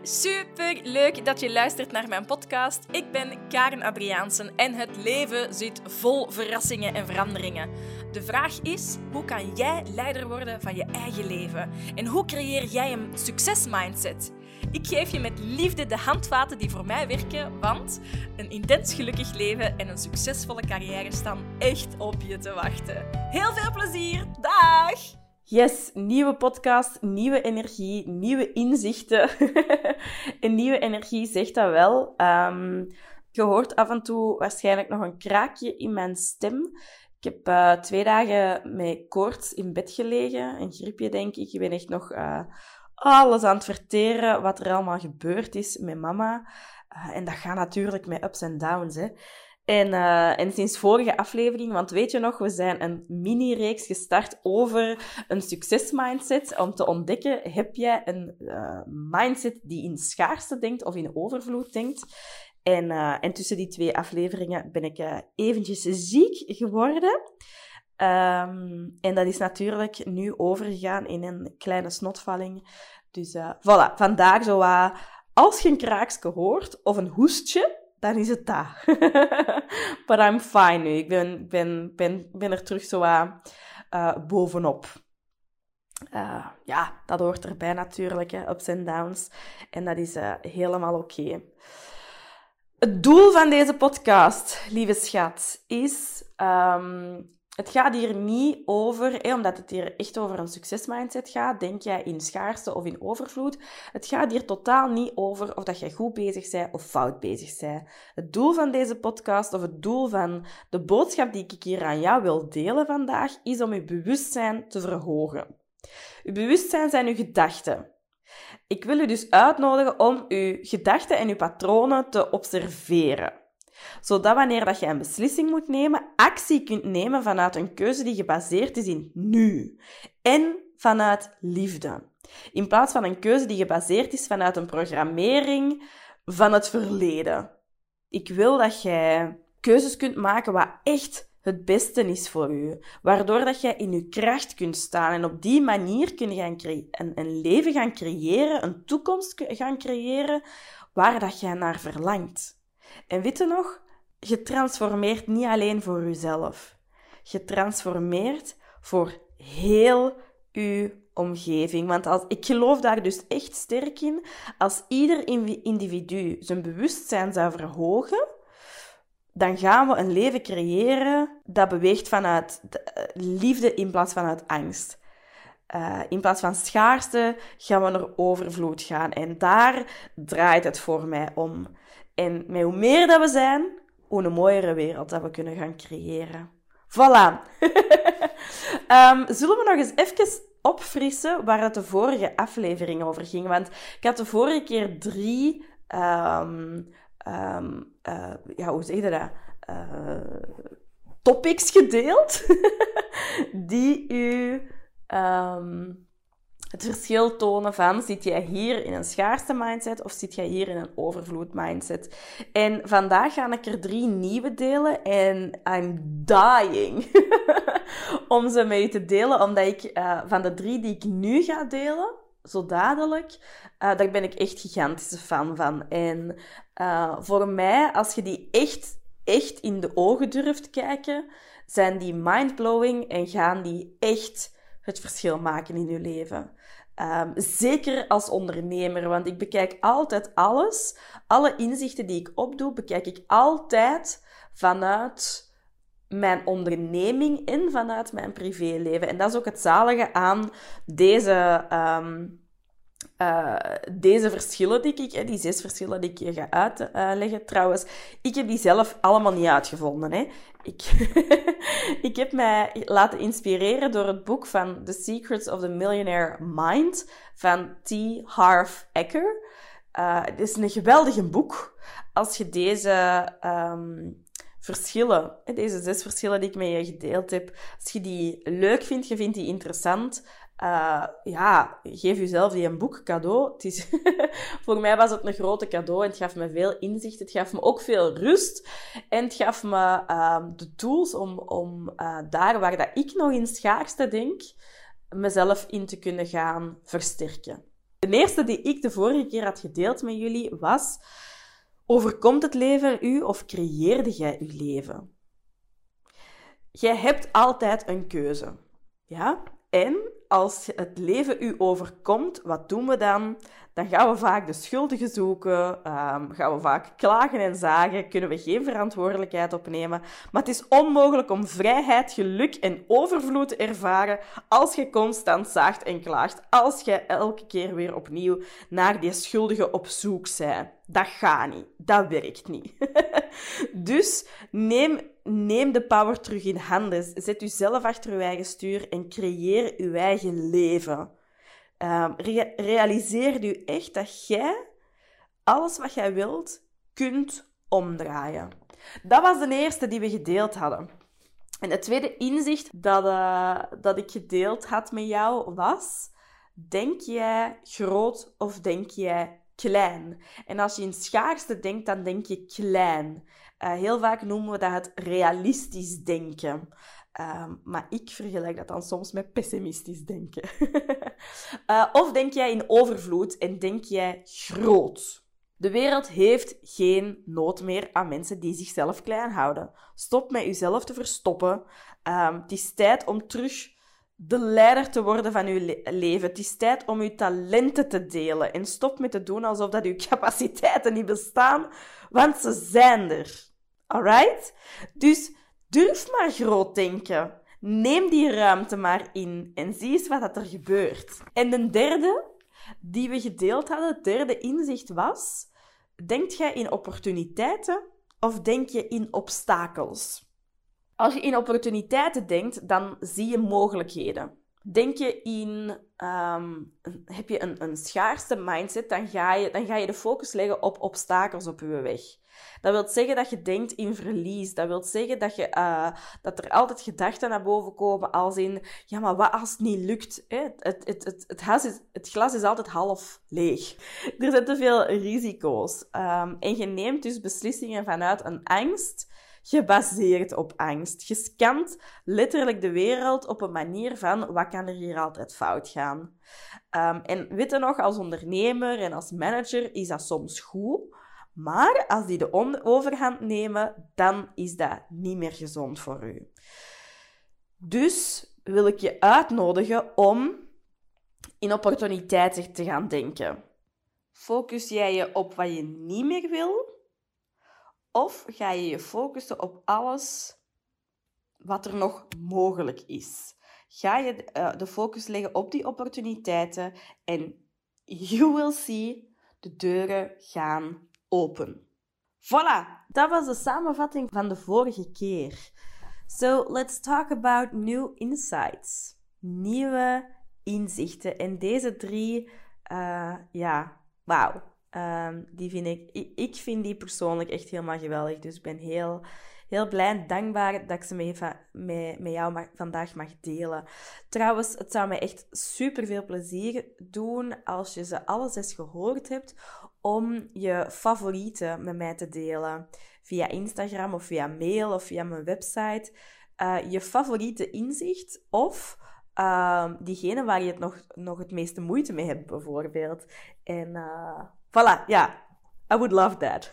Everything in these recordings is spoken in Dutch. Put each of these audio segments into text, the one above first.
Super leuk dat je luistert naar mijn podcast. Ik ben Karen Adriaansen en het leven zit vol verrassingen en veranderingen. De vraag is, hoe kan jij leider worden van je eigen leven? En hoe creëer jij een succesmindset? Ik geef je met liefde de handvaten die voor mij werken, want een intens gelukkig leven en een succesvolle carrière staan echt op je te wachten. Heel veel plezier! Dag! Yes, nieuwe podcast, nieuwe energie, nieuwe inzichten. En nieuwe energie zegt dat wel. Je hoort af en toe waarschijnlijk nog een kraakje in mijn stem. Ik heb 2 dagen met koorts in bed gelegen. Een griepje, denk ik. Ik ben echt nog alles aan het verteren wat er allemaal gebeurd is met mama. En dat gaat natuurlijk met ups en downs, hè. En sinds vorige aflevering, want weet je nog, we zijn een mini-reeks gestart over een succesmindset. Om te ontdekken, heb jij een mindset die in schaarste denkt of in overvloed denkt? En tussen die 2 afleveringen ben ik eventjes ziek geworden. En dat is natuurlijk nu overgegaan in een kleine snotvalling. Dus voilà, vandaar zo als je een kraakje hoort of een hoestje, dan is het dat. But I'm fine nu. Ik ben er terug zo bovenop. Ja, dat hoort erbij natuurlijk, hè, ups en downs. En dat is helemaal oké. Het doel van deze podcast, lieve schat, is... Het gaat hier niet over, omdat het hier echt over een succesmindset gaat, denk jij in schaarste of in overvloed. Het gaat hier totaal niet over of dat jij goed bezig bent of fout bezig bent. Het doel van deze podcast, of het doel van de boodschap die ik hier aan jou wil delen vandaag, is om je bewustzijn te verhogen. Je bewustzijn zijn je gedachten. Ik wil u dus uitnodigen om uw gedachten en uw patronen te observeren. Zodat wanneer dat je een beslissing moet nemen, actie kunt nemen vanuit een keuze die gebaseerd is in nu. En vanuit liefde. In plaats van een keuze die gebaseerd is vanuit een programmering van het verleden. Ik wil dat jij keuzes kunt maken wat echt het beste is voor u. Waardoor dat jij in je kracht kunt staan. En op die manier kun je een leven gaan creëren, een toekomst gaan creëren, waar dat jij naar verlangt. En weet je nog, je transformeert niet alleen voor jezelf. Je transformeert voor heel je omgeving. Want ik geloof daar dus echt sterk in. Als ieder individu zijn bewustzijn zou verhogen, dan gaan we een leven creëren dat beweegt vanuit liefde in plaats van uit angst. In plaats van schaarste gaan we naar overvloed gaan. En daar draait het voor mij om. En met hoe meer dat we zijn, hoe een mooiere wereld dat we kunnen gaan creëren. Voilà. Zullen we nog eens even opfrissen waar het de vorige aflevering over ging? Want ik had de vorige keer 3... hoe zeg je dat? Topics gedeeld die u... het verschil tonen van, zit jij hier in een schaarste mindset of zit jij hier in een overvloed mindset? En vandaag ga ik er 3 nieuwe delen en I'm dying om ze mee te delen, omdat ik van de 3 die ik nu ga delen, zo dadelijk, daar ben ik echt gigantische fan van. En voor mij, als je die echt in de ogen durft kijken, zijn die mindblowing en gaan die echt het verschil maken in je leven. Zeker als ondernemer, want ik bekijk altijd alles. Alle inzichten die ik opdoe, bekijk ik altijd vanuit mijn onderneming en vanuit mijn privéleven. En dat is ook het zalige aan deze verschillen die 6 verschillen die ik je ga uitleggen. Trouwens, ik heb die zelf allemaal niet uitgevonden, hè. Ik heb mij laten inspireren door het boek van The Secrets of the Millionaire Mind van T. Harv Eker. Het is een geweldig boek. Als je deze verschillen, deze 6 verschillen die ik met je gedeeld heb, als je die leuk vindt, je vindt die interessant, geef jezelf die een boek cadeau. Het is voor mij was het een grote cadeau en het gaf me veel inzicht. Het gaf me ook veel rust en het gaf me de tools om daar waar dat ik nog in schaarste denk, mezelf in te kunnen gaan versterken. De eerste die ik de vorige keer had gedeeld met jullie was: overkomt het leven u of creëerde jij uw leven? Jij hebt altijd een keuze. Ja? En als het leven u overkomt, wat doen we dan? Dan gaan we vaak de schuldigen zoeken, gaan we vaak klagen en zagen, kunnen we geen verantwoordelijkheid opnemen. Maar het is onmogelijk om vrijheid, geluk en overvloed te ervaren als je constant zaagt en klaagt, als je elke keer weer opnieuw naar die schuldigen op zoek bent. Dat gaat niet, dat werkt niet. Dus neem de power terug in handen. Zet jezelf achter je eigen stuur en creëer je eigen leven. Realiseer je echt dat jij alles wat jij wilt kunt omdraaien. Dat was de eerste die we gedeeld hadden. En het tweede inzicht dat ik gedeeld had met jou was: denk jij groot of denk jij klein? En als je in schaarste denkt, dan denk je klein. Heel vaak noemen we dat het realistisch denken. Maar ik vergelijk dat dan soms met pessimistisch denken. Of denk jij in overvloed en denk jij groot? De wereld heeft geen nood meer aan mensen die zichzelf klein houden. Stop met jezelf te verstoppen. Het is tijd om terug de leider te worden van je leven. Het is tijd om je talenten te delen. En stop met te doen alsof dat je capaciteiten niet bestaan, want ze zijn er. Alright? Dus durf maar groot denken. Neem die ruimte maar in en zie eens wat er gebeurt. En de derde die we gedeeld hadden, het derde inzicht was: denk jij in opportuniteiten of denk je in obstakels? Als je in opportuniteiten denkt, dan zie je mogelijkheden. Heb je een schaarste mindset, dan ga je de focus leggen op obstakels op je weg. Dat wil zeggen dat je denkt in verlies. Dat wil zeggen dat er altijd gedachten naar boven komen als in: ja, maar wat als het niet lukt? Het glas is altijd half leeg. Er zijn te veel risico's. En je neemt dus beslissingen vanuit een angst, gebaseerd op angst. Je scant letterlijk de wereld op een manier van: wat kan er hier altijd fout gaan? En weet je nog, als ondernemer en als manager is dat soms goed. Maar als die de overhand nemen, dan is dat niet meer gezond voor u. Dus wil ik je uitnodigen om in opportuniteiten te gaan denken. Focus jij je op wat je niet meer wil? Of ga je je focussen op alles wat er nog mogelijk is? Ga je de focus leggen op die opportuniteiten en you will see, de deuren gaan open. Voilà, dat was de samenvatting van de vorige keer. So, let's talk about new insights. Nieuwe inzichten. En deze 3, wauw. Ik vind die persoonlijk echt helemaal geweldig. Dus ik ben heel, heel blij en dankbaar dat ik ze met jou vandaag mag delen. Trouwens, het zou mij echt super veel plezier doen als je ze alle 6 gehoord hebt, om je favorieten met mij te delen. Via Instagram of via mail of via mijn website. Je favoriete inzicht of diegene waar je het nog het meeste moeite mee hebt, bijvoorbeeld. En voilà, ja. I would love that.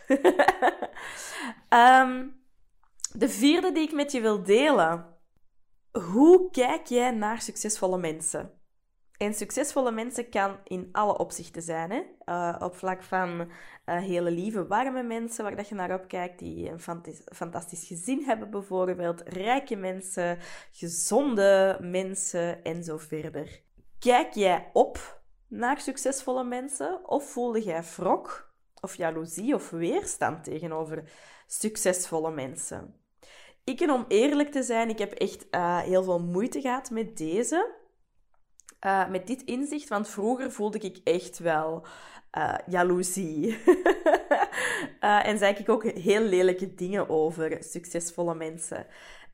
De 4e die ik met je wil delen. Hoe kijk jij naar succesvolle mensen? En succesvolle mensen kan in alle opzichten zijn. Hè? Op vlak van hele lieve, warme mensen waar dat je naar opkijkt, die een fantastisch gezin hebben bijvoorbeeld. Rijke mensen, gezonde mensen en zo verder. Kijk jij op naar succesvolle mensen? Of voelde jij wrok of jaloezie of weerstand tegenover succesvolle mensen? En om eerlijk te zijn, ik heb echt heel veel moeite gehad met met dit inzicht, want vroeger voelde ik echt wel jaloezie. En zei ik ook heel lelijke dingen over succesvolle mensen.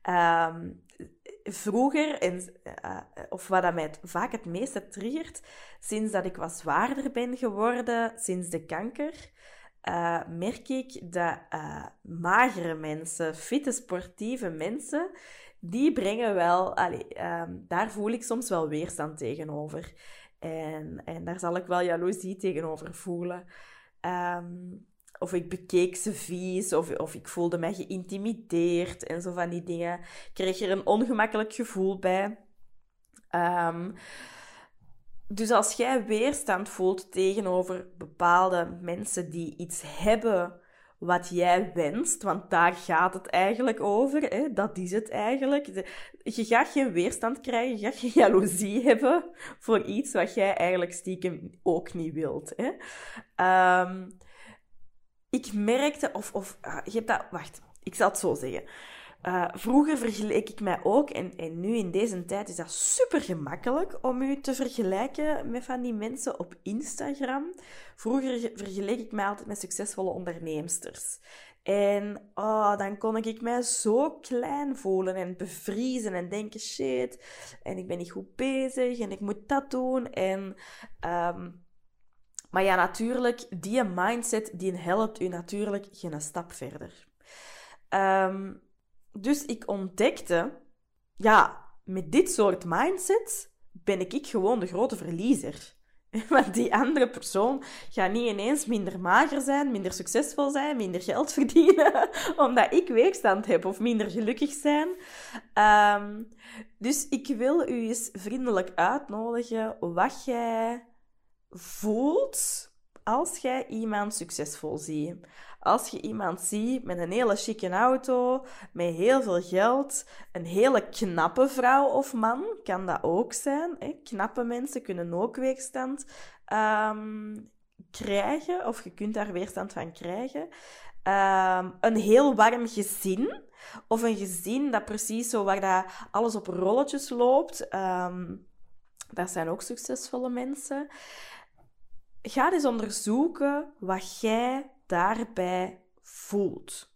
Vroeger, of wat dat mij vaak het meeste triggert, sinds dat ik wat zwaarder ben geworden, sinds de kanker, merk ik dat magere mensen, fitte, sportieve mensen, die brengen wel... daar voel ik soms wel weerstand tegenover. En daar zal ik wel jaloezie tegenover voelen. Of ik bekeek ze vies, of ik voelde mij geïntimideerd en zo van die dingen. Ik kreeg er een ongemakkelijk gevoel bij. Dus als jij weerstand voelt tegenover bepaalde mensen die iets hebben wat jij wenst, want daar gaat het eigenlijk over, hè? Dat is het eigenlijk. Je gaat geen weerstand krijgen, je gaat geen jaloezie hebben voor iets wat jij eigenlijk stiekem ook niet wilt. Hè? Ik merkte, je hebt dat, wacht, ik zal het zo zeggen. Vroeger vergeleek ik mij ook, en nu in deze tijd is dat super gemakkelijk om u te vergelijken met van die mensen op Instagram. Vroeger vergeleek ik mij altijd met succesvolle onderneemsters. En dan kon ik mij zo klein voelen en bevriezen en denken, shit, en ik ben niet goed bezig en ik moet dat doen. Maar ja, natuurlijk, die mindset die helpt u natuurlijk geen stap verder. Dus ik ontdekte, ja, met dit soort mindset ben ik gewoon de grote verliezer. Want die andere persoon gaat niet ineens minder mager zijn, minder succesvol zijn, minder geld verdienen, omdat ik weerstand heb of minder gelukkig zijn. Dus ik wil u eens vriendelijk uitnodigen wat jij voelt als jij iemand succesvol ziet. Als je iemand ziet met een hele chique auto, met heel veel geld, een hele knappe vrouw of man, kan dat ook zijn. Hè? Knappe mensen kunnen ook weerstand krijgen, of je kunt daar weerstand van krijgen. Een heel warm gezin, of een gezin dat precies zo waar dat alles op rolletjes loopt. Dat zijn ook succesvolle mensen. Ga eens onderzoeken wat jij daarbij voelt.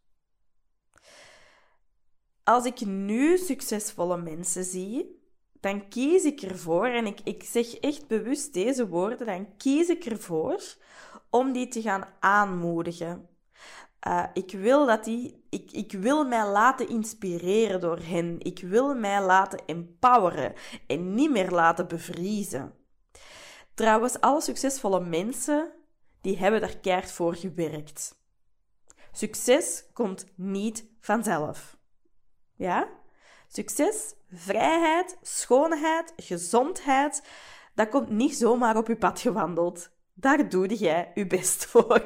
Als ik nu succesvolle mensen zie, dan kies ik ervoor, en ik zeg echt bewust deze woorden, dan kies ik ervoor om die te gaan aanmoedigen. Ik wil mij laten inspireren door hen. Ik wil mij laten empoweren en niet meer laten bevriezen. Trouwens, alle succesvolle mensen, die hebben daar keihard voor gewerkt. Succes komt niet vanzelf. Ja? Succes, vrijheid, schoonheid, gezondheid, dat komt niet zomaar op je pad gewandeld. Daar doe jij je best voor.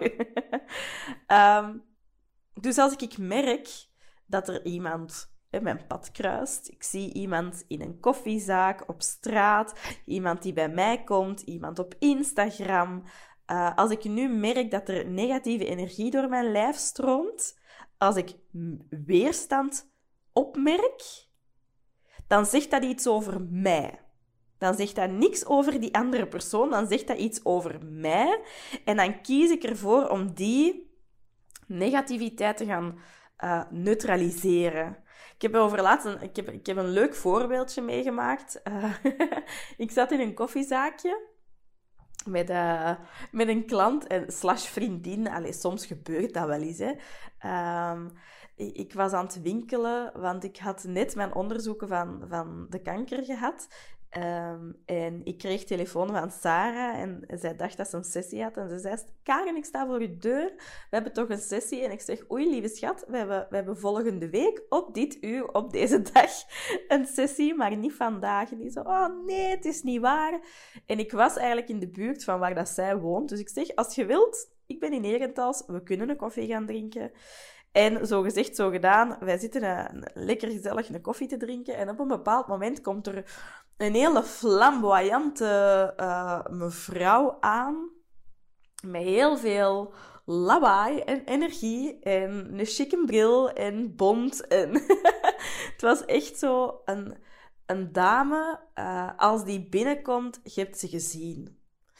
Dus als ik merk dat er iemand mijn pad kruist, ik zie iemand in een koffiezaak, op straat, iemand die bij mij komt, iemand op Instagram. Als ik nu merk dat er negatieve energie door mijn lijf stroomt, als ik weerstand opmerk, dan zegt dat iets over mij. Dan zegt dat niks over die andere persoon, dan zegt dat iets over mij. En dan kies ik ervoor om die negativiteit te gaan neutraliseren. Ik heb een leuk voorbeeldje meegemaakt. Ik zat in een koffiezaakje met een klant en slash vriendin. Allee, soms gebeurt dat wel eens, hè. Ik was aan het winkelen, want ik had net mijn onderzoeken van de kanker gehad. En ik kreeg telefoon van Sarah en zij dacht dat ze een sessie had. En ze zei, Karen, ik sta voor je deur. We hebben toch een sessie? En ik zeg, oei, lieve schat, we hebben volgende week op dit uur, op deze dag, een sessie, maar niet vandaag. En die zo, oh nee, het is niet waar. En ik was eigenlijk in de buurt van waar dat zij woont. Dus ik zeg, als je wilt, ik ben in Herentals, we kunnen een koffie gaan drinken. En zo gezegd, zo gedaan, wij zitten lekker gezellig een koffie te drinken. En op een bepaald moment komt er een hele flamboyante mevrouw aan. Met heel veel lawaai en energie. En een chique bril en bont. En het was echt zo een dame. Als die binnenkomt, je hebt ze gezien.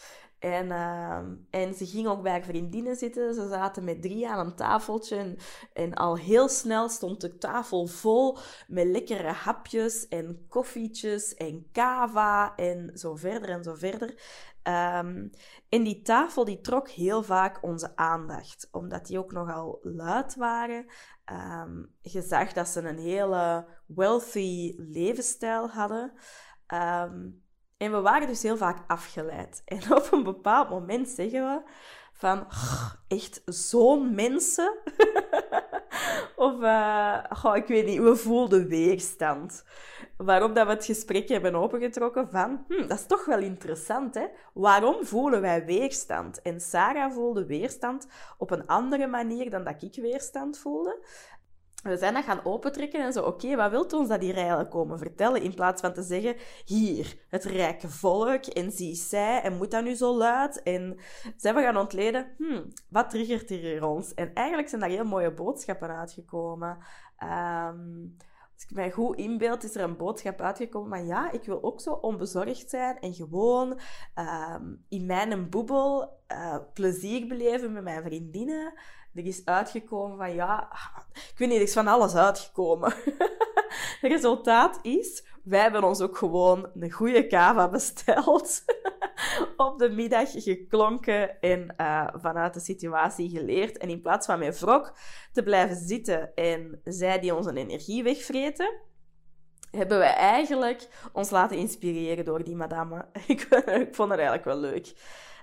En ze ging ook bij haar vriendinnen zitten. Ze zaten met 3 aan een tafeltje. En al heel snel stond de tafel vol met lekkere hapjes en koffietjes en kava en zo verder en zo verder. En die tafel die trok heel vaak onze aandacht. Omdat die ook nogal luid waren. Je zag dat ze een hele wealthy levensstijl hadden. En we waren dus heel vaak afgeleid. En op een bepaald moment zeggen we van, echt zo'n mensen? Of, ik weet niet, we voelden weerstand. Waarop dat we het gesprek hebben opengetrokken van, dat is toch wel interessant, hè? Waarom voelen wij weerstand? En Sarah voelde weerstand op een andere manier dan dat ik weerstand voelde. We zijn dat gaan opentrekken en zo, oké, wat wilt ons dat hier eigenlijk komen vertellen? In plaats van te zeggen, hier, het rijke volk, en zie zij, en moet dat nu zo luid? En zijn we gaan ontleden, wat triggert hier ons? En eigenlijk zijn daar heel mooie boodschappen uitgekomen. Als ik mij goed inbeeld, is er een boodschap uitgekomen van, ja, ik wil ook zo onbezorgd zijn en gewoon in mijn bubbel plezier beleven met mijn vriendinnen. Er is uitgekomen van, ja, ik weet niet, er is van alles uitgekomen. Het resultaat is, wij hebben ons ook gewoon een goede kava besteld. Op de middag geklonken en vanuit de situatie geleerd. En in plaats van met wrok te blijven zitten en zij die onze energie wegvreten, hebben wij eigenlijk ons laten inspireren door die madame. Ik vond het eigenlijk wel leuk.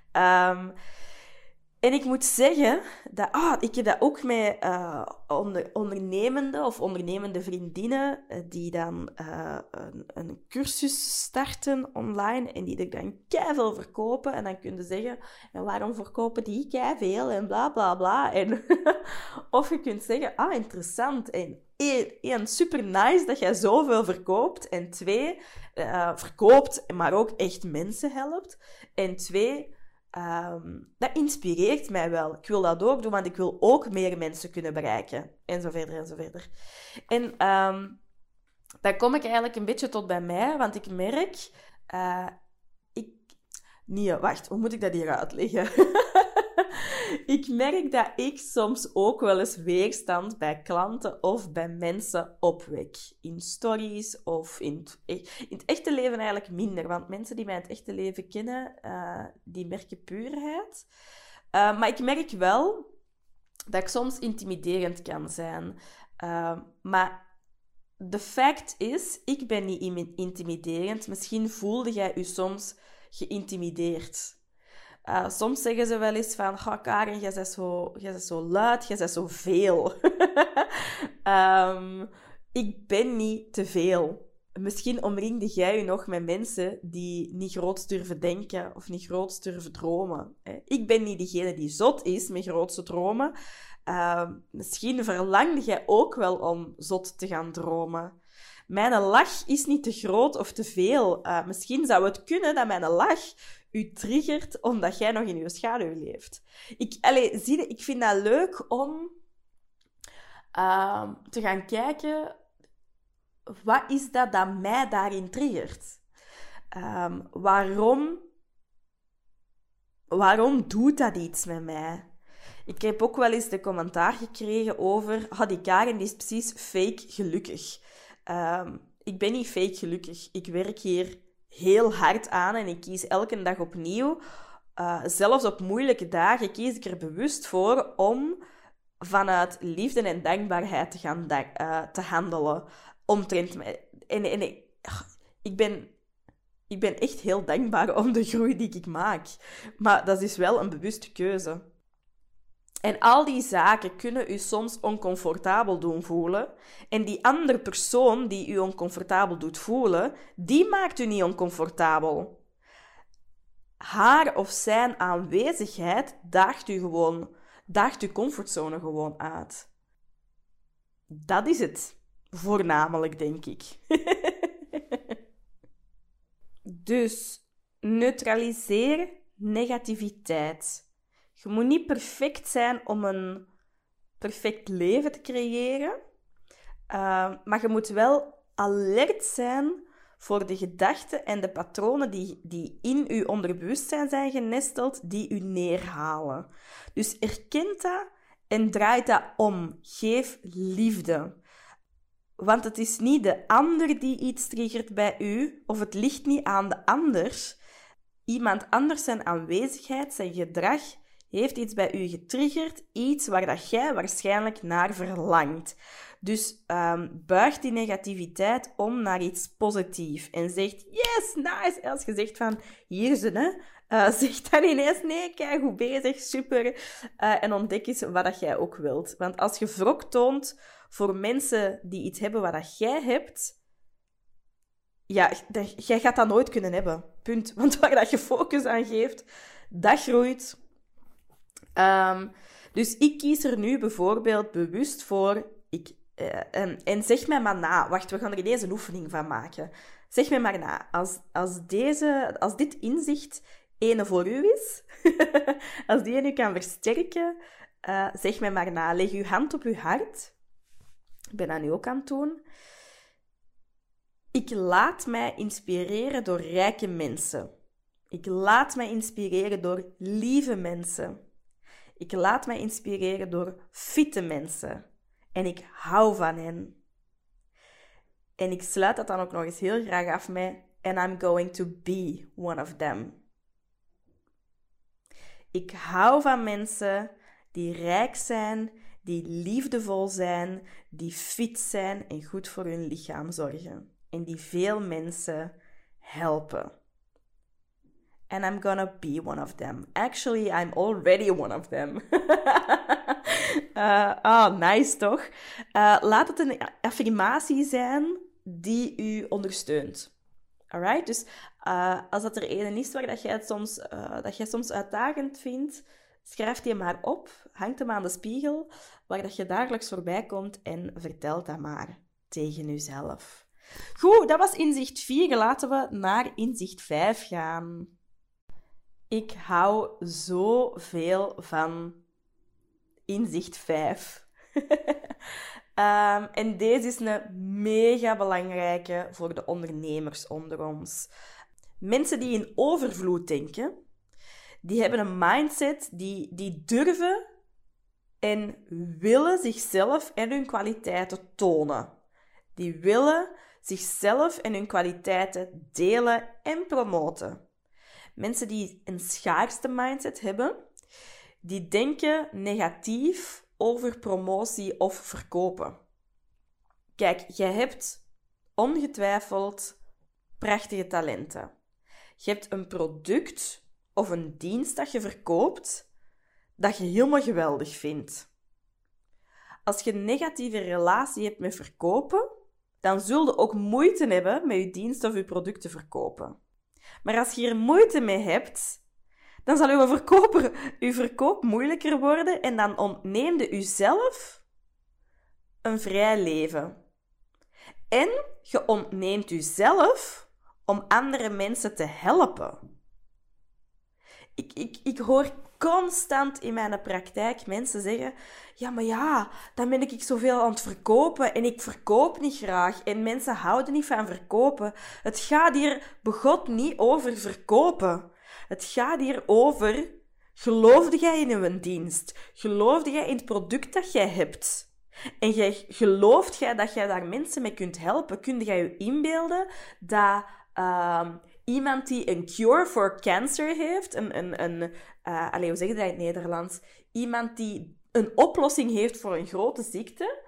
En ik moet zeggen, ik heb dat ook met ondernemende vriendinnen die dan een cursus starten online en die er dan keiveel verkopen. En dan kun je zeggen, en waarom verkopen die keiveel en bla bla bla. En of je kunt zeggen, interessant. En één, super nice dat jij zoveel verkoopt. En 2, verkoopt, maar ook echt mensen helpt. En 2... dat inspireert mij wel. Ik wil dat ook doen, want ik wil ook meer mensen kunnen bereiken. En zo verder, en zo verder. En dan kom ik eigenlijk een beetje tot bij mij, want ik merk... hoe moet ik dat hier uitleggen? Ik merk dat ik soms ook wel eens weerstand bij klanten of bij mensen opwek. In stories of in het echte leven eigenlijk minder. Want mensen die mij in het echte leven kennen, die merken puurheid. Maar ik merk wel dat ik soms intimiderend kan zijn. Maar de fact is, ik ben niet intimiderend. Misschien voelde jij je soms geïntimideerd. Soms zeggen ze wel eens van, Karen, jij bent zo luid, jij bent zo veel. Ik ben niet te veel. Misschien omringde jij je nog met mensen die niet groots durven denken of niet groots durven dromen. Ik ben niet diegene die zot is met grootste dromen. Misschien verlangde jij ook wel om zot te gaan dromen. Mijn lach is niet te groot of te veel. Misschien zou het kunnen dat mijn lach u triggert omdat jij nog in je schaduw leeft. Ik vind dat leuk om te gaan kijken, wat is dat mij daarin triggert? Waarom doet dat iets met mij? Ik heb ook wel eens de commentaar gekregen over, die Karen die is precies fake gelukkig. Ik ben niet fake gelukkig. Ik werk hier heel hard aan en ik kies elke dag opnieuw. Zelfs op moeilijke dagen kies ik er bewust voor om vanuit liefde en dankbaarheid te handelen. Omtrent mij. Ik ben echt heel dankbaar om de groei die ik maak. Maar dat is wel een bewuste keuze. En al die zaken kunnen u soms oncomfortabel doen voelen. En die andere persoon die u oncomfortabel doet voelen, die maakt u niet oncomfortabel. Haar of zijn aanwezigheid daagt uw comfortzone gewoon uit. Dat is het. Voornamelijk, denk ik. Dus, neutraliseer negativiteit. Je moet niet perfect zijn om een perfect leven te creëren. Maar je moet wel alert zijn voor de gedachten en de patronen die in je onderbewustzijn zijn genesteld, die u neerhalen. Dus erken dat en draai dat om. Geef liefde. Want het is niet de ander die iets triggert bij u, of het ligt niet aan de ander. Iemand anders zijn aanwezigheid, zijn gedrag, heeft iets bij u getriggerd, iets waar dat jij waarschijnlijk naar verlangt. Dus buig die negativiteit om naar iets positiefs en zegt, yes, nice. Als je zegt van, hier is het, zeg dan ineens, nee, kijk, goed bezig, super. En ontdek eens wat dat jij ook wilt. Want als je wrok toont voor mensen die iets hebben wat dat jij hebt, ja, jij gaat dat nooit kunnen hebben. Punt. Want waar dat je focus aan geeft, dat groeit. Dus ik kies er nu bijvoorbeeld bewust voor. En zeg mij maar na. Wacht, we gaan er ineens een oefening van maken. Zeg mij maar na. Als dit inzicht ene voor u is, als die u kan versterken, zeg mij maar na. Leg uw hand op uw hart. Ik ben dat nu ook aan het doen. Ik laat mij inspireren door rijke mensen. Ik laat mij inspireren door lieve mensen. Ik laat mij inspireren door fitte mensen. En ik hou van hen. En ik sluit dat dan ook nog eens heel graag af met and I'm going to be one of them. Ik hou van mensen die rijk zijn, die liefdevol zijn, die fit zijn en goed voor hun lichaam zorgen. En die veel mensen helpen. And I'm gonna be one of them. Actually, I'm already one of them. Nice toch? Laat het een affirmatie zijn die u ondersteunt. Alright? Dus als dat er een is waar dat jij soms uitdagend vindt, schrijf die maar op, hang hem aan de spiegel, waar dat je dagelijks voorbij komt en vertel dat maar tegen jezelf. Goed, dat was inzicht 4. Laten we naar inzicht 5 gaan. Ik hou zoveel van inzicht 5. En deze is een mega belangrijke voor de ondernemers onder ons. Mensen die in overvloed denken, die hebben een mindset die durven en willen zichzelf en hun kwaliteiten tonen. Die willen zichzelf en hun kwaliteiten delen en promoten. Mensen die een schaarste mindset hebben, die denken negatief over promotie of verkopen. Kijk, jij hebt ongetwijfeld prachtige talenten. Je hebt een product of een dienst dat je verkoopt, dat je helemaal geweldig vindt. Als je een negatieve relatie hebt met verkopen, dan zul je ook moeite hebben met je dienst of je product te verkopen. Maar als je hier moeite mee hebt, dan zal uw verkoop moeilijker worden en dan ontneemde u zelf een vrij leven. En je ontneemt uzelf om andere mensen te helpen. Ik hoor constant in mijn praktijk mensen zeggen, ja, maar ja, dan ben ik zoveel aan het verkopen en ik verkoop niet graag en mensen houden niet van verkopen. Het gaat hier begot niet over verkopen. Het gaat hier over, geloofde jij in uw dienst? Geloofde jij in het product dat jij hebt? En gelooft jij dat jij daar mensen mee kunt helpen? Kun jij je inbeelden dat iemand die een cure for cancer heeft, hoe zeg je dat in het Nederlands? Iemand die een oplossing heeft voor een grote ziekte,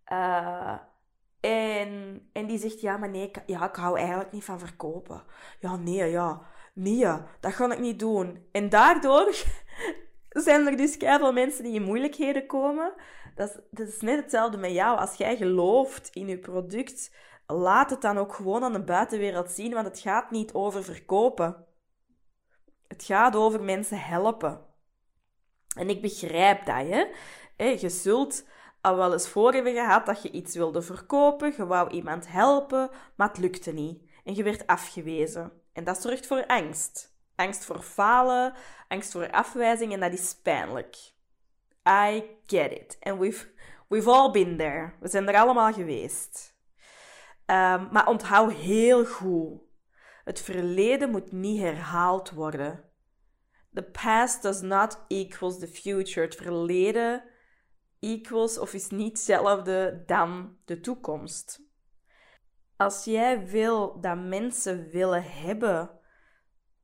en die zegt, ja, maar nee, ik hou eigenlijk niet van verkopen. Nee, dat ga ik niet doen. En daardoor zijn er dus keiveel mensen die in moeilijkheden komen. Dat is net hetzelfde met jou. Als jij gelooft in je product, laat het dan ook gewoon aan de buitenwereld zien, want het gaat niet over verkopen. Het gaat over mensen helpen. En ik begrijp dat, hè. Je zult al wel eens voor hebben gehad dat je iets wilde verkopen, je wou iemand helpen, maar het lukte niet. En je werd afgewezen. En dat zorgt voor angst. Angst voor falen, angst voor afwijzing, en dat is pijnlijk. I get it. And we've all been there. We zijn er allemaal geweest. Maar onthoud heel goed. Het verleden moet niet herhaald worden. The past does not equals the future. Het verleden equals of is niet hetzelfde dan de toekomst. Als jij wil dat mensen willen hebben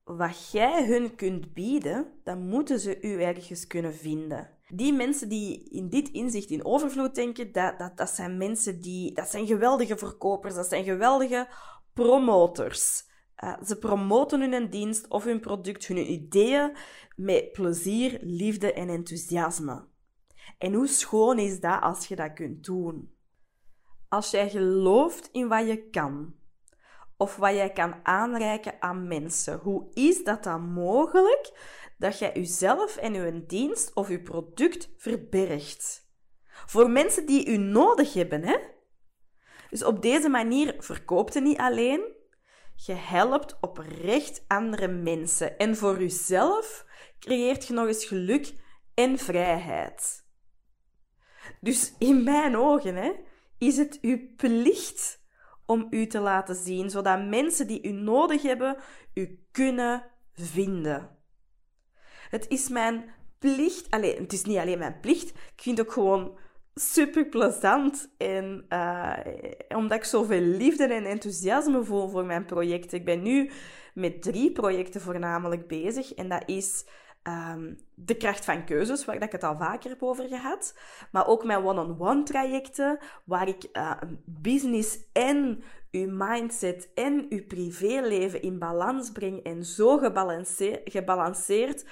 wat jij hun kunt bieden, dan moeten ze u ergens kunnen vinden. Die mensen die in dit inzicht in overvloed denken, dat zijn mensen dat zijn geweldige verkopers, dat zijn geweldige promotors. Ze promoten hun dienst of hun product, hun ideeën met plezier, liefde en enthousiasme. En hoe schoon is dat als je dat kunt doen? Als jij gelooft in wat je kan, of wat jij kan aanreiken aan mensen, hoe is dat dan mogelijk dat jij jezelf en je dienst of je product verbergt? Voor mensen die u nodig hebben, hè? Dus op deze manier verkoopt je niet alleen, je helpt oprecht andere mensen. En voor jezelf creëert je nog eens geluk en vrijheid. Dus in mijn ogen, hè, is het uw plicht om u te laten zien, zodat mensen die u nodig hebben, u kunnen vinden. Het is mijn plicht, het is niet alleen mijn plicht, ik vind het ook gewoon super plezant. En omdat ik zoveel liefde en enthousiasme voel voor mijn projecten. Ik ben nu met 3 projecten voornamelijk bezig. En dat is de kracht van keuzes, waar ik het al vaker heb over gehad. Maar ook mijn one-on-one trajecten, waar ik business en uw mindset en uw privéleven in balans breng en zo gebalanceerd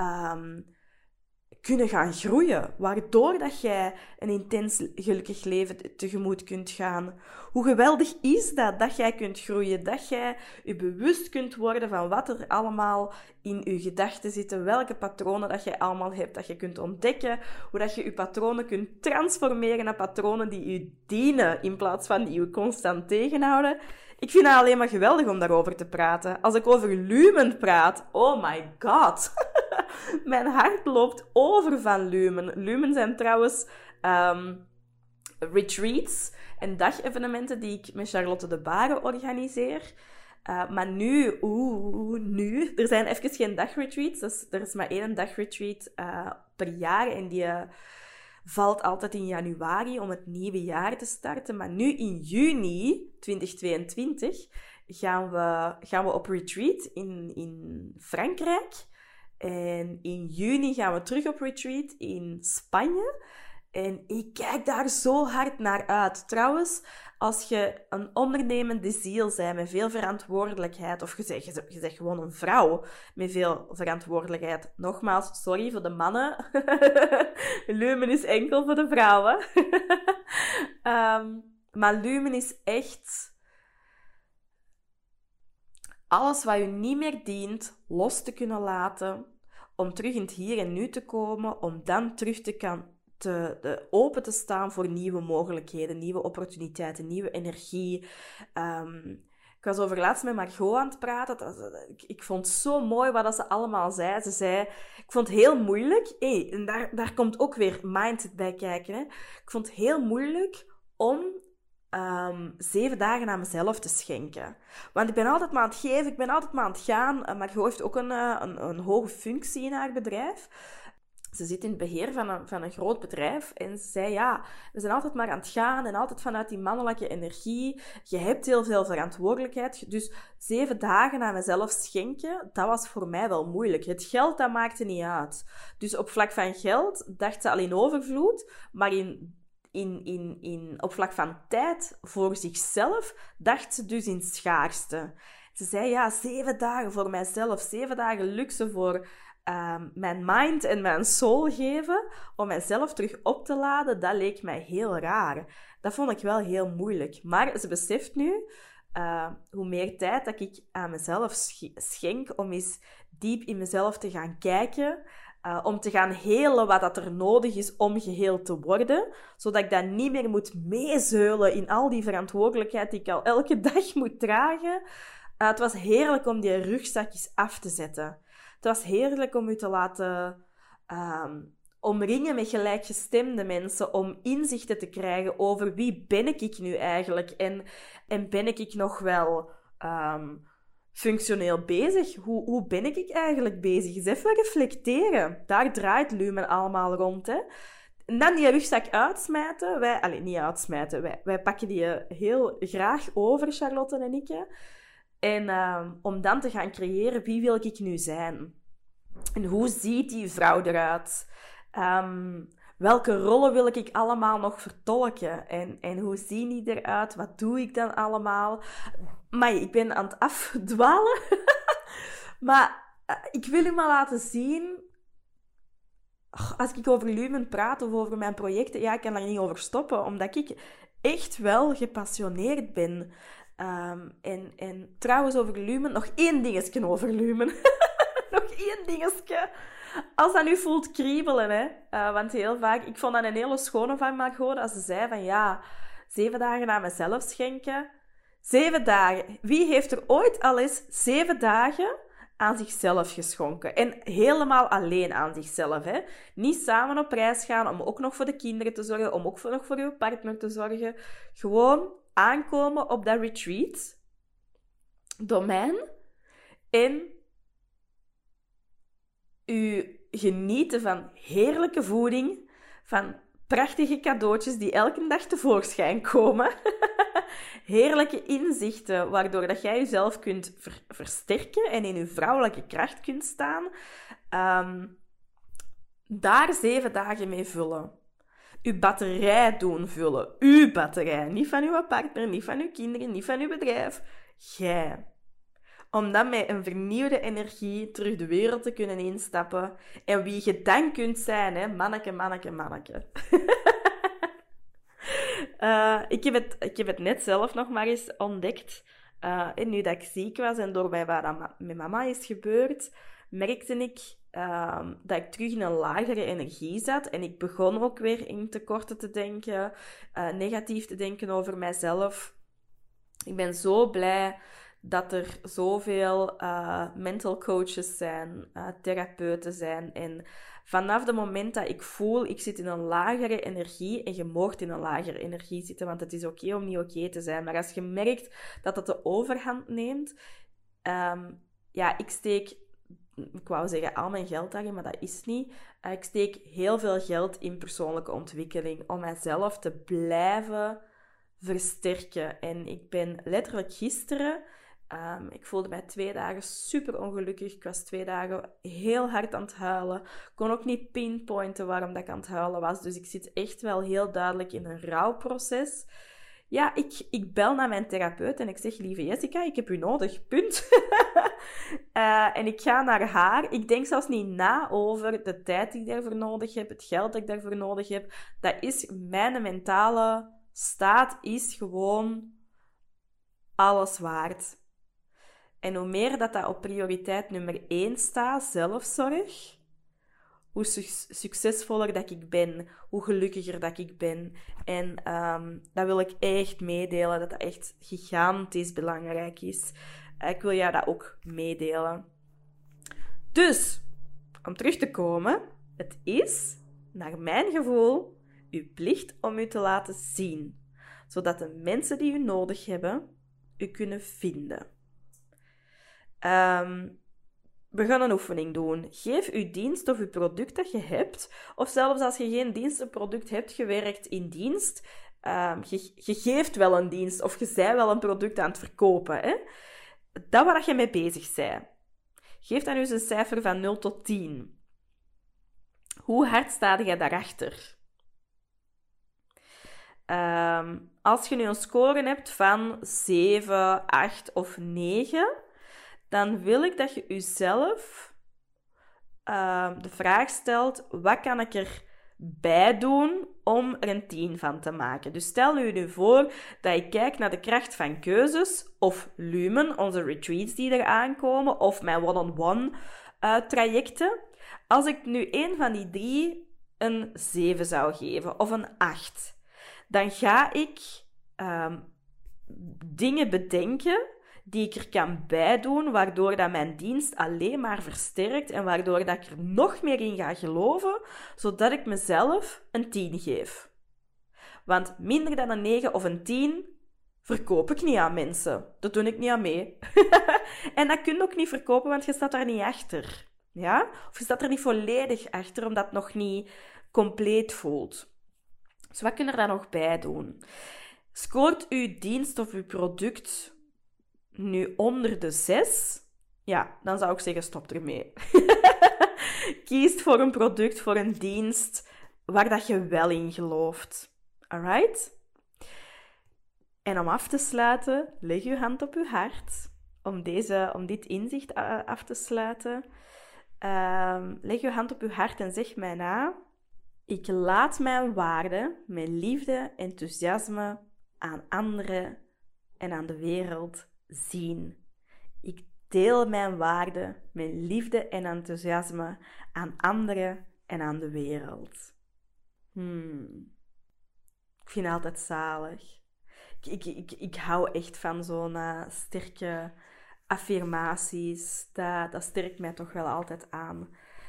kunnen gaan groeien, waardoor dat jij een intens gelukkig leven tegemoet kunt gaan. Hoe geweldig is dat jij kunt groeien, dat jij je bewust kunt worden van wat er allemaal in je gedachten zitten, welke patronen dat jij allemaal hebt, dat je kunt ontdekken, hoe dat je je patronen kunt transformeren naar patronen die je dienen, in plaats van die je constant tegenhouden. Ik vind het alleen maar geweldig om daarover te praten. Als ik over lumen praat, oh my god. Mijn hart loopt over van lumen. Lumen zijn trouwens retreats en dagevenementen die ik met Charlotte de Baren organiseer. Maar nu, er zijn even geen dagretreats. Dus er is maar 1 dagretreat per jaar en die valt altijd in januari om het nieuwe jaar te starten. Maar nu in juni 2022 gaan we op retreat in Frankrijk. En in juni gaan we terug op retreat in Spanje. En ik kijk daar zo hard naar uit. Trouwens, als je een ondernemende ziel bent met veel verantwoordelijkheid, of je zegt gewoon een vrouw met veel verantwoordelijkheid. Nogmaals, sorry voor de mannen. Lumen is enkel voor de vrouwen. Maar lumen is echt alles wat je niet meer dient, los te kunnen laten, om terug in het hier en nu te komen, om dan terug open te staan voor nieuwe mogelijkheden, nieuwe opportuniteiten, nieuwe energie. Ik was over laatst met Margot aan het praten. Ik vond het zo mooi wat ze allemaal zei. Ze zei, ik vond het heel moeilijk. En daar komt ook weer mindset bij kijken. Hè. Ik vond het heel moeilijk om 7 dagen aan mezelf te schenken. Want ik ben altijd maar aan het geven, ik ben altijd maar aan het gaan. Margot heeft ook een hoge functie in haar bedrijf. Ze zit in het beheer van een groot bedrijf en ze zei, ja, we zijn altijd maar aan het gaan en altijd vanuit die mannelijke energie. Je hebt heel veel verantwoordelijkheid. Dus 7 dagen aan mezelf schenken, dat was voor mij wel moeilijk. Het geld, dat maakte niet uit. Dus op vlak van geld dacht ze al in overvloed, maar op vlak van tijd voor zichzelf dacht ze dus in schaarste. Ze zei, ja, 7 dagen voor mijzelf, 7 dagen luxe voor mijn mind en mijn soul geven, om mijzelf terug op te laden, dat leek mij heel raar. Dat vond ik wel heel moeilijk. Maar ze beseft nu, hoe meer tijd dat ik aan mezelf schenk, om eens diep in mezelf te gaan kijken, om te gaan helen wat dat er nodig is om geheeld te worden, zodat ik dat niet meer moet meezeulen in al die verantwoordelijkheid die ik al elke dag moet dragen. Het was heerlijk om die rugzakjes af te zetten. Het was heerlijk om u te laten omringen met gelijkgestemde mensen, om inzichten te krijgen over wie ben ik nu eigenlijk en ben ik nog wel functioneel bezig? Hoe ben ik eigenlijk bezig? Eens even reflecteren. Daar draait Lumen allemaal rond, hè. En dan die rugzak uitsmijten. Niet uitsmijten. Wij pakken die heel graag over, Charlotte en ik. En om dan te gaan creëren, wie wil ik nu zijn? En hoe ziet die vrouw eruit? Welke rollen wil ik allemaal nog vertolken? En hoe zien die eruit? Wat doe ik dan allemaal? Maar ik ben aan het afdwalen. Maar ik wil u maar laten zien... Als ik over Lumen praat of over mijn projecten, ja, ik kan daar niet over stoppen, omdat ik echt wel gepassioneerd ben. En trouwens over Lumen, nog één dingetje over Lumen. Nog één dingetje. Als dat nu voelt kriebelen, hè. Want heel vaak... Ik vond dat een hele schone van Margot, als ze zei van ja, 7 dagen aan mezelf schenken. 7 dagen. Wie heeft er ooit al eens 7 dagen aan zichzelf geschonken? En helemaal alleen aan zichzelf, hè. Niet samen op reis gaan om ook nog voor de kinderen te zorgen, om ook nog voor uw partner te zorgen. Gewoon aankomen op dat retreat domein en u genieten van heerlijke voeding, van prachtige cadeautjes die elke dag tevoorschijn komen. Heerlijke inzichten, waardoor dat jij jezelf kunt versterken en in je vrouwelijke kracht kunt staan. Daar 7 dagen mee vullen. Uw batterij doen vullen. Uw batterij. Niet van uw partner, niet van uw kinderen, niet van uw bedrijf. Jij. Om dan met een vernieuwde energie terug de wereld te kunnen instappen. En wie je dan kunt zijn, hè. Manneke, manneke, manneke. Ik heb het net zelf nog maar eens ontdekt. En nu dat ik ziek was en door mij wat met mama is gebeurd, merkte ik dat ik terug in een lagere energie zat. En ik begon ook weer in tekorten te denken, negatief te denken over mijzelf. Ik ben zo blij dat er zoveel mental coaches zijn, therapeuten zijn. En vanaf het moment dat ik voel, ik zit in een lagere energie, en je mag in een lagere energie zitten, want het is oké om niet oké te zijn. Maar als je merkt dat dat de overhand neemt, ik wou zeggen al mijn geld daarin, maar dat is niet. Ik steek heel veel geld in persoonlijke ontwikkeling om mijzelf te blijven versterken. En ik ben letterlijk gisteren... ik voelde mij 2 dagen super ongelukkig. Ik was 2 dagen heel hard aan het huilen. Ik kon ook niet pinpointen waarom dat ik aan het huilen was. Dus ik zit echt wel heel duidelijk in een rouwproces. Ja, ik bel naar mijn therapeut en ik zeg, lieve Jessica, ik heb u nodig, punt. En ik ga naar haar. Ik denk zelfs niet na over de tijd die ik daarvoor nodig heb, het geld dat ik daarvoor nodig heb. Dat is, mijn mentale staat is gewoon alles waard. En hoe meer dat op prioriteit nummer 1 staat, zelfzorg, hoe succesvoller dat ik ben, hoe gelukkiger dat ik ben. En dat wil ik echt meedelen, dat dat echt gigantisch belangrijk is. Ik wil jou dat ook meedelen. Dus, om terug te komen, het is, naar mijn gevoel, uw plicht om u te laten zien. Zodat de mensen die u nodig hebben, u kunnen vinden. We gaan een oefening doen. Geef uw dienst of uw product dat je hebt, of zelfs als je geen dienst of product hebt, je werkt in dienst, je geeft wel een dienst of je bent wel een product aan het verkopen. Hè? Dat waar je mee bezig bent. Geef dan eens een cijfer van 0 tot 10. Hoe hard sta je daarachter? Als je nu een score hebt van 7, 8 of 9... dan wil ik dat je jezelf de vraag stelt, wat kan ik erbij doen om er een 10 van te maken? Dus stel nu voor dat ik kijk naar de kracht van keuzes, of Lumen, onze retreats die er aankomen, of mijn one-on-one trajecten. Als ik nu één van die 3 een 7 zou geven, of een 8, dan ga ik dingen bedenken die ik er kan bijdoen, waardoor dat mijn dienst alleen maar versterkt en waardoor dat ik er nog meer in ga geloven, zodat ik mezelf een 10 geef. Want minder dan een 9 of een 10 verkoop ik niet aan mensen. Dat doe ik niet aan mee. En dat kun je ook niet verkopen, want je staat daar niet achter. Ja? Of je staat er niet volledig achter, omdat het nog niet compleet voelt. Dus wat kun je er dan nog bij doen? Scoort uw dienst of uw product nu onder de 6, ja, dan zou ik zeggen stop ermee. Kies voor een product, voor een dienst waar dat je wel in gelooft. Alright? En om af te sluiten, leg je hand op je hart. Om dit inzicht af te sluiten, leg je hand op je hart en zeg mij na. Ik laat mijn waarden, mijn liefde, enthousiasme aan anderen en aan de wereld zien. Ik deel mijn waarden, mijn liefde en enthousiasme aan anderen en aan de wereld. Ik vind het altijd zalig. Ik hou echt van zo'n sterke affirmaties. Dat sterkt mij toch wel altijd aan.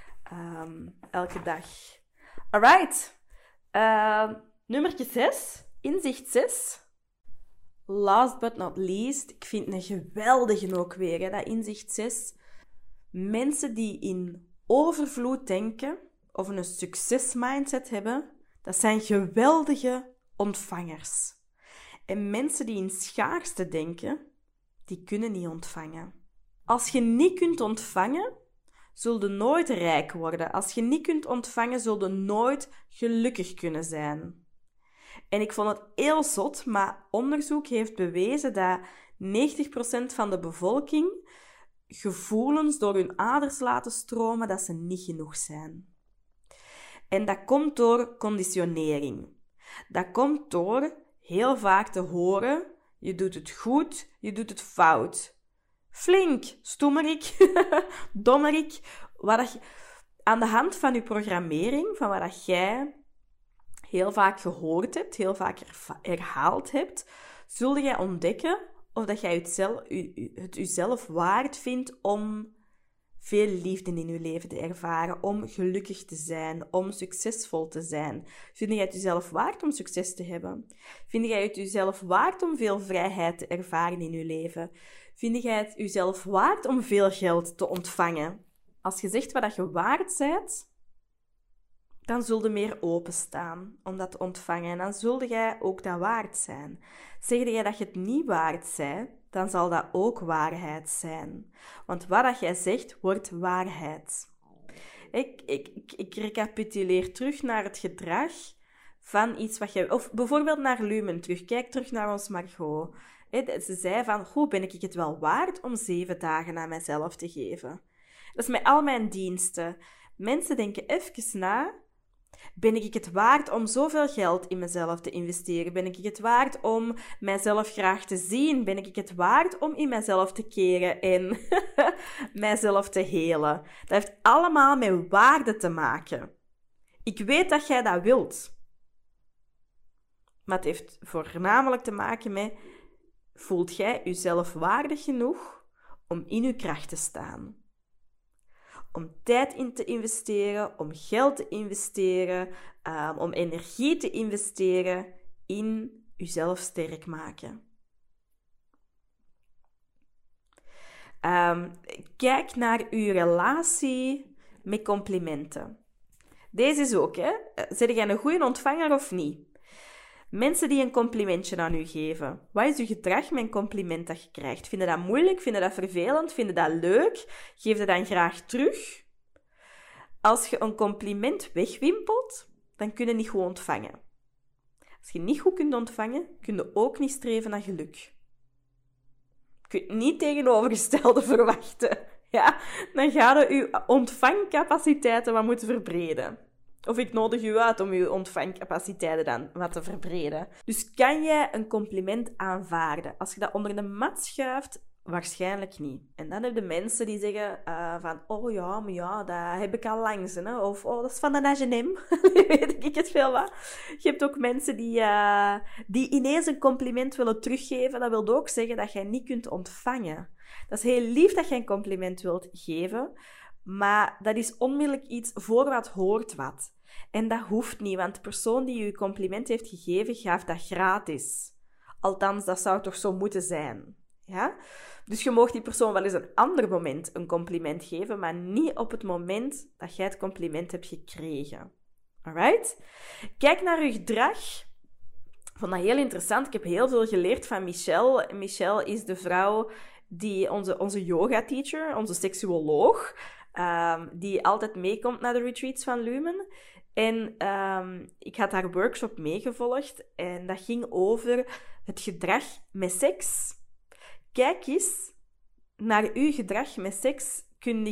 Elke dag. Alright. Nummertje 6. Inzicht 6. Last but not least. Ik vind het een geweldige ook weer, hè, dat inzicht 6. Mensen die in overvloed denken of een succesmindset hebben, dat zijn geweldige ontvangers. En mensen die in schaarste denken, die kunnen niet ontvangen. Als je niet kunt ontvangen, zul je nooit rijk worden. Als je niet kunt ontvangen, zul je nooit gelukkig kunnen zijn. En ik vond het heel zot, maar onderzoek heeft bewezen dat 90% van de bevolking gevoelens door hun aders laten stromen dat ze niet genoeg zijn. En dat komt door conditionering. Dat komt door heel vaak te horen, je doet het goed, je doet het fout. Flink, stoemerik, dommerik. Aan de hand van je programmering, van wat jij heel vaak gehoord hebt, heel vaak herhaald hebt, zul jij ontdekken of dat jij het jezelf waard vindt om veel liefde in je leven te ervaren, om gelukkig te zijn, om succesvol te zijn. Vind jij het jezelf waard om succes te hebben? Vind jij het jezelf waard om veel vrijheid te ervaren in je leven? Vind jij het jezelf waard om veel geld te ontvangen? Als je zegt wat je waard bent, dan zul je meer openstaan om dat te ontvangen. En dan zul jij ook dat waard zijn. Zeg jij dat je het niet waard bent, dan zal dat ook waarheid zijn. Want wat jij zegt, wordt waarheid. Ik recapituleer terug naar het gedrag van iets wat je... Of bijvoorbeeld naar Lumen terug. Kijk terug naar ons Margot. Ze zei van, hoe ben ik het wel waard om 7 dagen aan mijzelf te geven? Dat is met al mijn diensten. Mensen denken even na... Ben ik het waard om zoveel geld in mezelf te investeren? Ben ik het waard om mijzelf graag te zien? Ben ik het waard om in mijzelf te keren en mijzelf te helen? Dat heeft allemaal met waarde te maken. Ik weet dat jij dat wilt. Maar het heeft voornamelijk te maken met... Voelt jij jezelf waardig genoeg om in je kracht te staan? Om tijd in te investeren, om geld te investeren, om energie te investeren in jezelf sterk maken. Kijk naar uw relatie met complimenten. Deze is ook, hè. Zeg jij een goede ontvanger of niet? Mensen die een complimentje aan u geven. Wat is uw gedrag met een compliment dat je krijgt? Vind je dat moeilijk? Vind je dat vervelend? Vind je dat leuk? Geef je dan graag terug? Als je een compliment wegwimpelt, dan kun je niet goed ontvangen. Als je niet goed kunt ontvangen, kun je ook niet streven naar geluk. Je kunt niet tegenovergestelde verwachten. Ja? Dan ga je je ontvangcapaciteiten wat moeten verbreden. Of ik nodig u uit om uw ontvangcapaciteiten dan wat te verbreden. Dus kan jij een compliment aanvaarden? Als je dat onder de mat schuift, waarschijnlijk niet. En dan heb je mensen die zeggen van... Oh ja, maar ja, dat heb ik al langs. Hè? Of oh, dat is van de H&M. Weet ik het veel wat. Je hebt ook mensen die ineens een compliment willen teruggeven. Dat wil ook zeggen dat jij niet kunt ontvangen. Dat is heel lief dat je een compliment wilt geven... Maar dat is onmiddellijk iets voor wat hoort wat. En dat hoeft niet, want de persoon die je compliment heeft gegeven, gaf dat gratis. Althans, dat zou toch zo moeten zijn. Ja? Dus je mag die persoon wel eens een ander moment een compliment geven, maar niet op het moment dat jij het compliment hebt gekregen. Alright? Kijk naar je gedrag. Ik vond dat heel interessant. Ik heb heel veel geleerd van Michelle. Michelle is de vrouw onze yoga-teacher, onze seksuoloog, die altijd meekomt naar de retreats van Lumen. En ik had haar workshop meegevolgd en dat ging over het gedrag met seks. Kijk eens naar uw gedrag met seks. Kun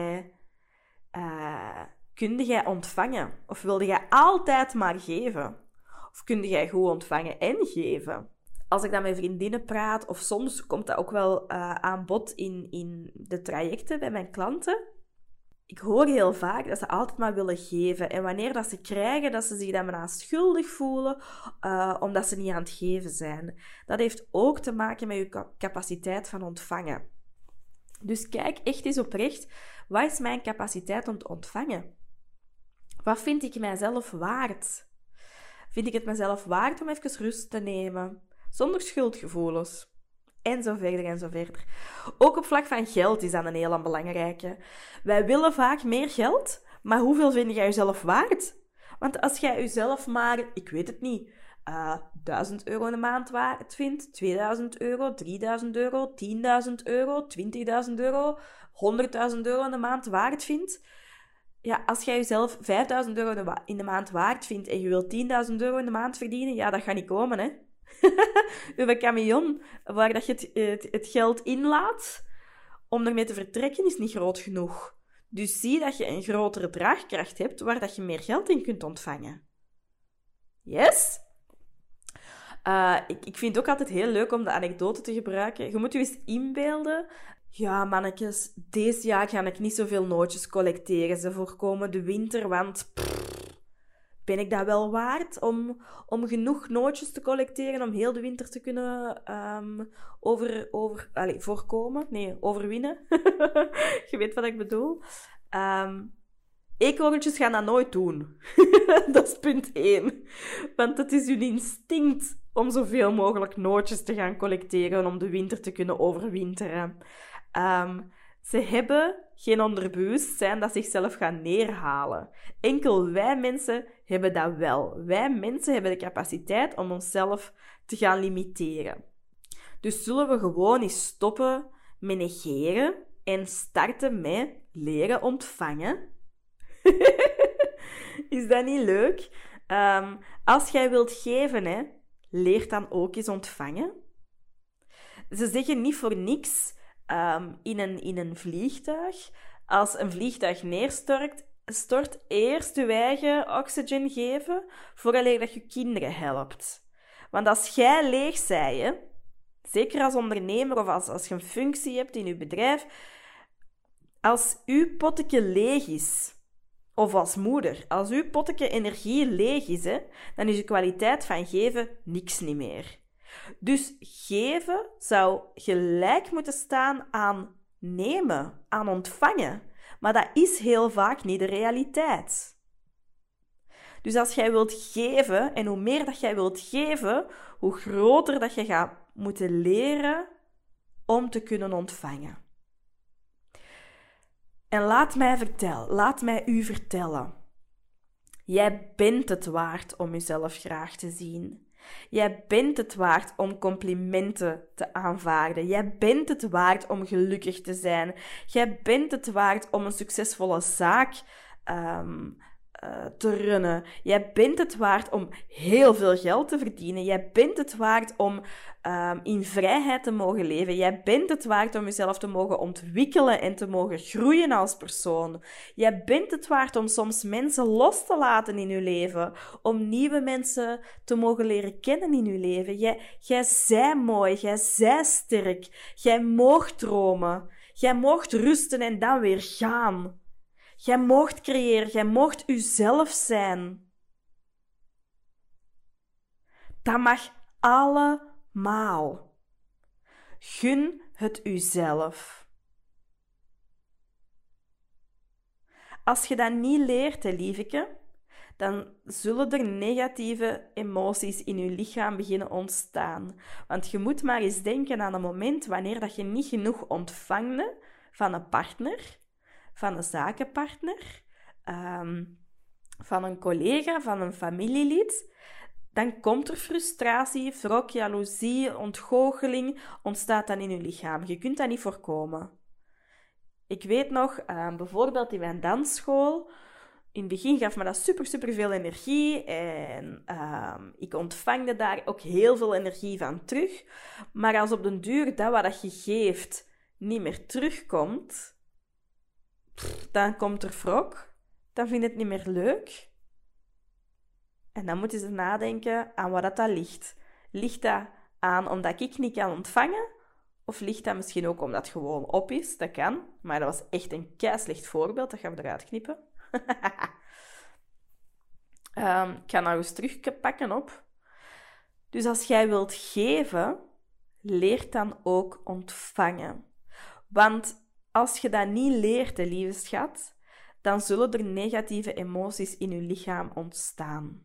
jij ontvangen? Of wilde jij altijd maar geven? Of kun jij goed ontvangen en geven? Als ik dan met vriendinnen praat, of soms komt dat ook wel aan bod in de trajecten bij mijn klanten. Ik hoor heel vaak dat ze altijd maar willen geven. En wanneer dat ze krijgen, dat ze zich dan bijna schuldig voelen, omdat ze niet aan het geven zijn. Dat heeft ook te maken met je capaciteit van ontvangen. Dus kijk echt eens oprecht, wat is mijn capaciteit om te ontvangen? Wat vind ik mijzelf waard? Vind ik het mezelf waard om even rust te nemen? Zonder schuldgevoelens. En zo verder en zo verder. Ook op vlak van geld is dat een heel belangrijke. Wij willen vaak meer geld, maar hoeveel vind jij jezelf waard? Want als jij jezelf maar, ik weet het niet, 1.000 euro in de maand waard vindt, 2.000 euro, 3.000 euro, 10.000 euro, 20.000 euro, 100.000 euro in de maand waard vindt. Ja, als jij jezelf 5.000 euro in de maand waard vindt en je wilt 10.000 euro in de maand verdienen, ja, dat gaat niet komen, hè. Uw camion, waar dat je het geld inlaat om ermee te vertrekken, is niet groot genoeg. Dus zie dat je een grotere draagkracht hebt waar dat je meer geld in kunt ontvangen. Yes? Ik vind het ook altijd heel leuk om de anekdote te gebruiken. Je moet je eens inbeelden. Ja, mannetjes, deze jaar ga ik niet zoveel nootjes collecteren. Ze voorkomen de winter, want... Ben ik dat wel waard om genoeg nootjes te collecteren om heel de winter te kunnen voorkomen? Nee, overwinnen. Je weet wat ik bedoel. Eekhoorntjes gaan dat nooit doen. Dat is punt 1. Want het is hun instinct om zoveel mogelijk nootjes te gaan collecteren om de winter te kunnen overwinteren. Ze hebben geen onderbewustzijn dat zichzelf gaan neerhalen. Enkel wij mensen hebben dat wel. Wij mensen hebben de capaciteit om onszelf te gaan limiteren. Dus zullen we gewoon eens stoppen met negeren en starten met leren ontvangen? Is dat niet leuk? Als jij wilt geven, hè, leer dan ook eens ontvangen. Ze zeggen niet voor niks... in een vliegtuig, als een vliegtuig neerstort, eerst je eigen oxygen geven, vooraleer dat je kinderen helpt. Want als jij leeg zij, zeker als ondernemer of als je een functie hebt in je bedrijf, als uw potje leeg is, of als moeder, als uw potje energie leeg is, dan is je kwaliteit van geven niks niet meer. Dus geven zou gelijk moeten staan aan nemen, aan ontvangen. Maar dat is heel vaak niet de realiteit. Dus als jij wilt geven, en hoe meer dat jij wilt geven, hoe groter dat je gaat moeten leren om te kunnen ontvangen. En laat mij u vertellen. Jij bent het waard om jezelf graag te zien. Jij bent het waard om complimenten te aanvaarden. Jij bent het waard om gelukkig te zijn. Jij bent het waard om een succesvolle zaak te runnen. Jij bent het waard om heel veel geld te verdienen. Jij bent het waard om in vrijheid te mogen leven. Jij bent het waard om jezelf te mogen ontwikkelen en te mogen groeien als persoon. Jij bent het waard om soms mensen los te laten in je leven. Om nieuwe mensen te mogen leren kennen in je leven. Jij zij mooi, jij zij sterk. Jij moogt dromen. Jij moogt rusten en dan weer gaan. Jij moogt creëren, jij moogt uzelf zijn. Dat mag allemaal. Gun het uzelf. Als je dat niet leert, lieveke, dan zullen er negatieve emoties in je lichaam beginnen ontstaan. Want je moet maar eens denken aan een moment wanneer dat je niet genoeg ontvangde van een partner, van een zakenpartner, van een collega, van een familielid. dan komt er frustratie, wrok, jaloezie, ontgoocheling, ontstaat dan in je lichaam. Je kunt dat niet voorkomen. Ik weet nog, bijvoorbeeld in mijn dansschool, in het begin gaf me dat super veel energie en ik ontvangde daar ook heel veel energie van terug. Maar als op den duur dat wat je geeft niet meer terugkomt, dan komt er wrok, dan vind je het niet meer leuk. En dan moet je nadenken aan wat dat ligt. Ligt dat aan omdat ik niet kan ontvangen? Of ligt dat misschien ook omdat het gewoon op is? Dat kan. Maar dat was echt een keislecht voorbeeld. Dat gaan we eruit knippen. Ik ga nou eens terugpakken op. Dus als jij wilt geven, leer dan ook ontvangen. Want als je dat niet leert, lieve schat, dan zullen er negatieve emoties in je lichaam ontstaan.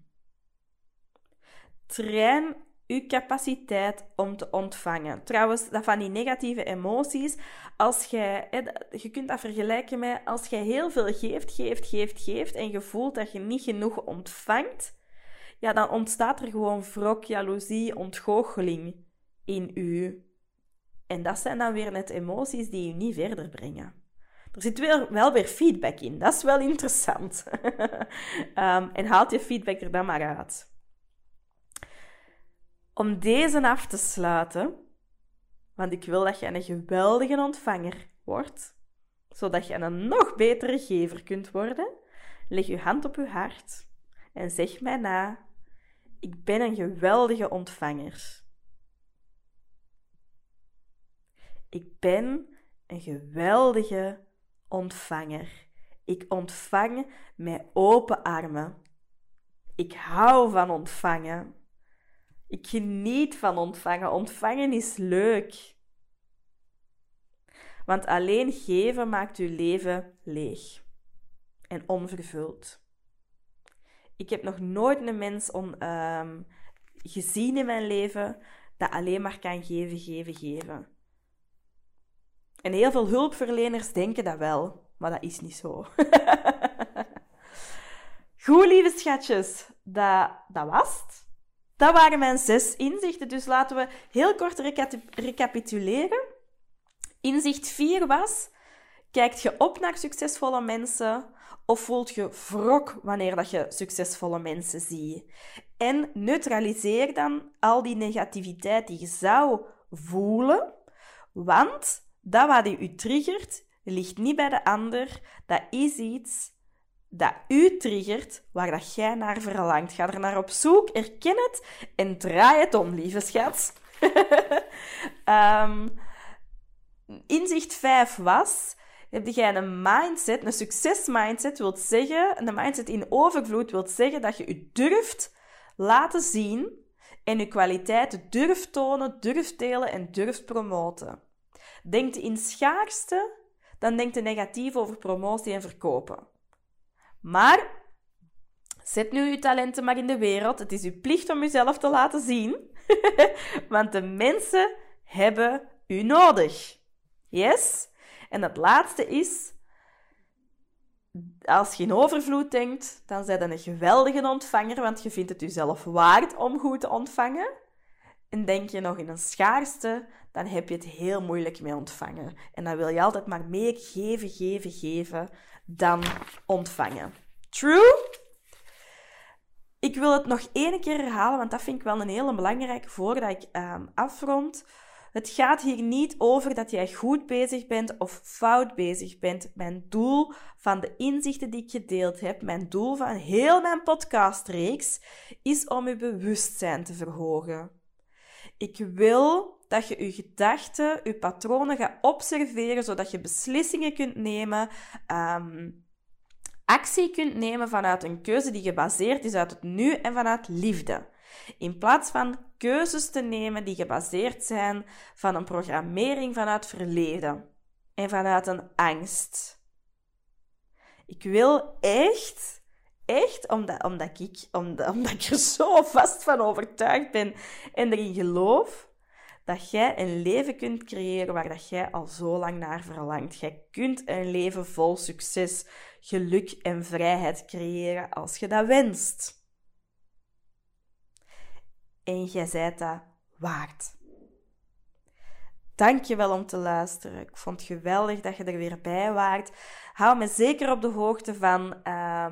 Train je capaciteit om te ontvangen. Trouwens, dat van die negatieve emoties, je kunt dat vergelijken met als jij heel veel geeft en je voelt dat je niet genoeg ontvangt, ja, dan ontstaat er gewoon wrok, jaloezie, ontgoocheling in u. En dat zijn dan weer net emoties die je niet verder brengen. Er zit wel weer feedback in. Dat is wel interessant. En haalt je feedback er dan maar uit. Om deze af te sluiten, want ik wil dat je een geweldige ontvanger wordt, zodat je een nog betere gever kunt worden, leg je hand op je hart en zeg mij na: ik ben een geweldige ontvanger. Ik ben een geweldige ontvanger. Ik ontvang met open armen. Ik hou van ontvangen. Ik geniet van ontvangen. Ontvangen is leuk. Want alleen geven maakt uw leven leeg en onvervuld. Ik heb nog nooit een mens gezien in mijn leven dat alleen maar kan geven. En heel veel hulpverleners denken dat wel, maar dat is niet zo. Goed, lieve schatjes, dat was het. Dat waren mijn 6 inzichten, dus laten we heel kort recapituleren. Inzicht 4 was: kijkt je op naar succesvolle mensen of voelt je wrok wanneer dat je succesvolle mensen ziet? En neutraliseer dan al die negativiteit die je zou voelen, want dat wat u triggert, ligt niet bij de ander. Dat is iets dat u triggert, waar dat jij naar verlangt. Ga er naar op zoek, erken het en draai het om, lieve schat. Inzicht 5 was: heb jij een mindset, een succesmindset, wilt zeggen, een mindset in overvloed wilt zeggen dat je je durft laten zien en je kwaliteiten durft tonen, durft delen en durft promoten. Denkt in schaarste, dan denkt je negatief over promotie en verkopen. Maar zet nu je talenten maar in de wereld. Het is uw plicht om jezelf te laten zien. Want de mensen hebben u nodig. Yes? En het laatste is: als je in overvloed denkt, dan ben je een geweldige ontvanger, want je vindt het jezelf waard om goed te ontvangen. En denk je nog in een schaarste, dan heb je het heel moeilijk mee ontvangen. En dan wil je altijd maar meer geven dan ontvangen. True? Ik wil het nog 1 keer herhalen, want dat vind ik wel een hele belangrijke voordat ik afrond. Het gaat hier niet over dat jij goed bezig bent of fout bezig bent. Mijn doel van de inzichten die ik gedeeld heb, mijn doel van heel mijn podcastreeks, is om je bewustzijn te verhogen. Ik wil dat je je gedachten, je patronen gaat observeren, zodat je beslissingen kunt nemen, actie kunt nemen vanuit een keuze die gebaseerd is uit het nu en vanuit liefde. In plaats van keuzes te nemen die gebaseerd zijn van een programmering vanuit het verleden en vanuit een angst. Ik wil echt, omdat ik er zo vast van overtuigd ben en erin geloof, dat jij een leven kunt creëren waar dat jij al zo lang naar verlangt. Jij kunt een leven vol succes, geluk en vrijheid creëren als je dat wenst. en jij zijt dat waard. Dank je wel om te luisteren. Ik vond het geweldig dat je er weer bij waart. Hou me zeker op de hoogte van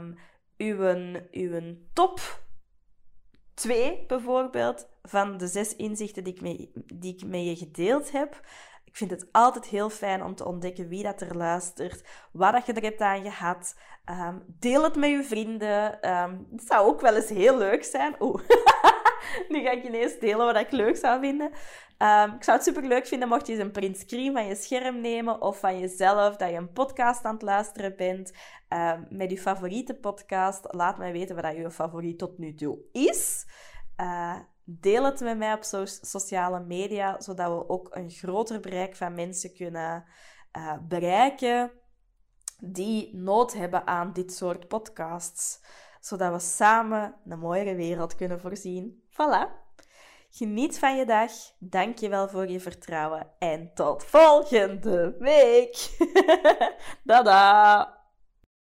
uw top 2 bijvoorbeeld van de 6 inzichten die ik met je gedeeld heb. Ik vind het altijd heel fijn om te ontdekken wie dat er luistert, wat dat je er hebt aan gehad. Deel het met je vrienden. Het zou ook wel eens heel leuk zijn. Nu ga ik ineens delen wat ik leuk zou vinden. Ik zou het super leuk vinden mocht je eens een print screen van je scherm nemen of van jezelf, dat je een podcast aan het luisteren bent met je favoriete podcast. Laat mij weten wat je favoriet tot nu toe is. Deel het met mij op sociale media, zodat we ook een groter bereik van mensen kunnen bereiken die nood hebben aan dit soort podcasts. Zodat we samen een mooiere wereld kunnen voorzien. Voilà. Geniet van je dag. Dank je wel voor je vertrouwen. En tot volgende week. Dada.